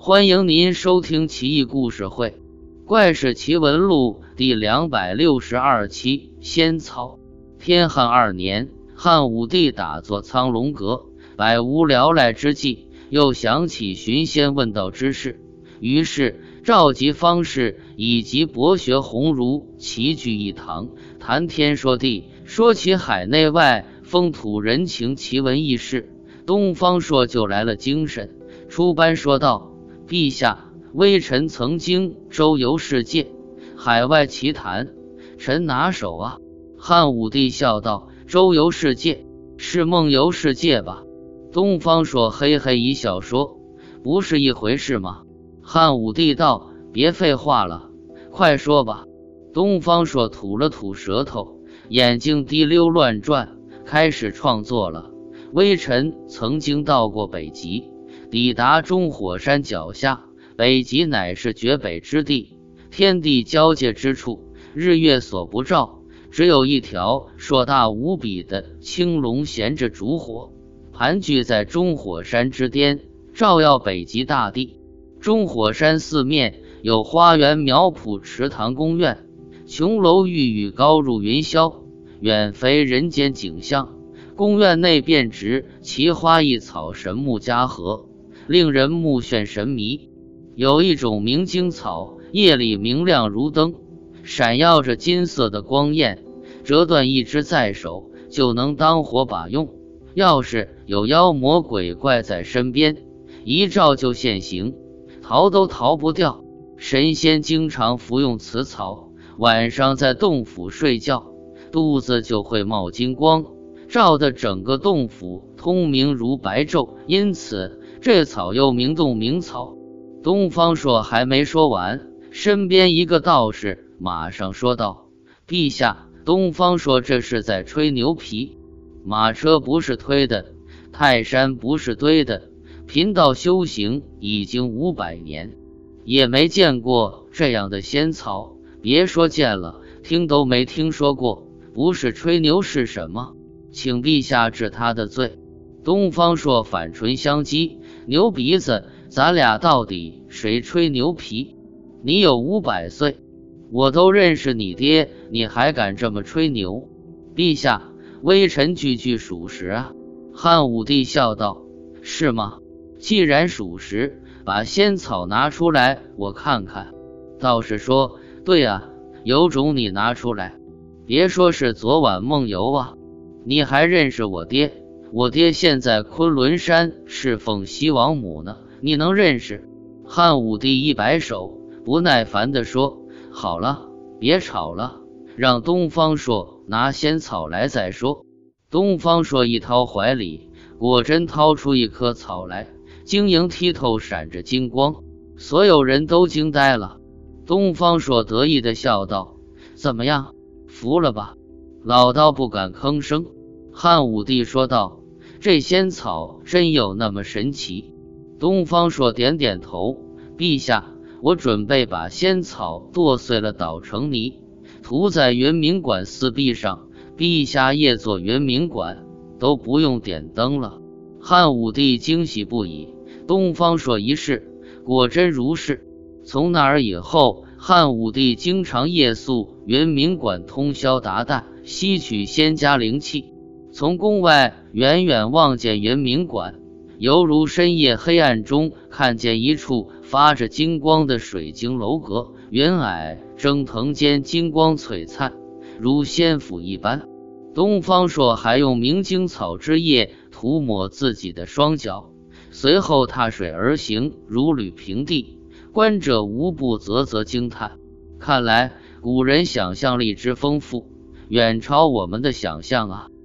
欢迎您收听奇异故事会《怪事奇闻录》第262期仙草。天汉2年，汉武帝打坐苍龙阁，百无聊赖之际，又想起寻仙问道之事，于是召集方士以及博学鸿儒齐聚一堂，谈天说地，说起海内外风土人情奇闻异事。东方朔就来了精神，出班说道：陛下，微臣曾经周游世界，海外奇谈，臣拿手啊。汉武帝笑道：周游世界是梦游世界吧？东方朔嘿嘿一笑说：不是一回事吗？汉武帝道：别废话了，快说吧。东方朔吐了吐舌头，眼睛滴溜乱转，开始创作了。微臣曾经到过北极，抵达中火山脚下，北极乃是绝北之地，天地交界之处，日月所不照，只有一条硕大无比的青龙衔着烛火，盘踞在中火山之巅，照耀北极大地。中火山四面有花园苗圃池塘宫苑，琼楼玉宇高入云霄，远非人间景象。宫苑内遍植奇花异草，神木嘉禾，令人目眩神迷。有一种明晶草，夜里明亮如灯，闪耀着金色的光焰，折断一枝在手，就能当火把用。要是有妖魔鬼怪在身边，一照就现形，逃都逃不掉。神仙经常服用此草，晚上在洞府睡觉，肚子就会冒金光，照得整个洞府通明如白昼，因此这草又名洞明草。东方朔还没说完，身边一个道士马上说道：陛下，东方朔这是在吹牛皮，马车不是推的，泰山不是堆的，贫道修行已经500年，也没见过这样的仙草，别说见了，听都没听说过，不是吹牛是什么？请陛下治他的罪。东方朔反唇相讥：牛鼻子，咱俩到底谁吹牛皮？你有500岁，我都认识你爹，你还敢这么吹牛？陛下，微臣句句属实啊。汉武帝笑道：是吗？既然属实，把仙草拿出来我看看。道士说：对啊，有种你拿出来，别说是昨晚梦游啊，你还认识我爹？我爹现在昆仑山侍奉西王母呢，你能认识？汉武帝一摆手，不耐烦地说：好了，别吵了，让东方朔拿仙草来再说。东方朔一掏怀里，果真掏出一颗草来，晶莹剔透，闪着金光，所有人都惊呆了。东方朔得意地笑道：怎么样，服了吧？老道不敢吭声。汉武帝说道：这仙草真有那么神奇？东方朔点点头：陛下，我准备把仙草剁碎了捣成泥，涂在圆明馆四壁上，陛下夜坐圆明馆都不用点灯了。汉武帝惊喜不已，东方朔一试，果真如是。从那儿以后，汉武帝经常夜宿圆明馆，通宵达旦吸取仙家灵气。从宫外远远望见圆明馆，犹如深夜黑暗中看见一处发着金光的水晶楼阁，云霭蒸腾间金光璀璨，如仙府一般。东方朔还用明晶草之液涂抹自己的双脚，随后踏水而行，如履平地，观者无不啧啧惊叹。看来古人想象力之丰富，远超我们的想象啊。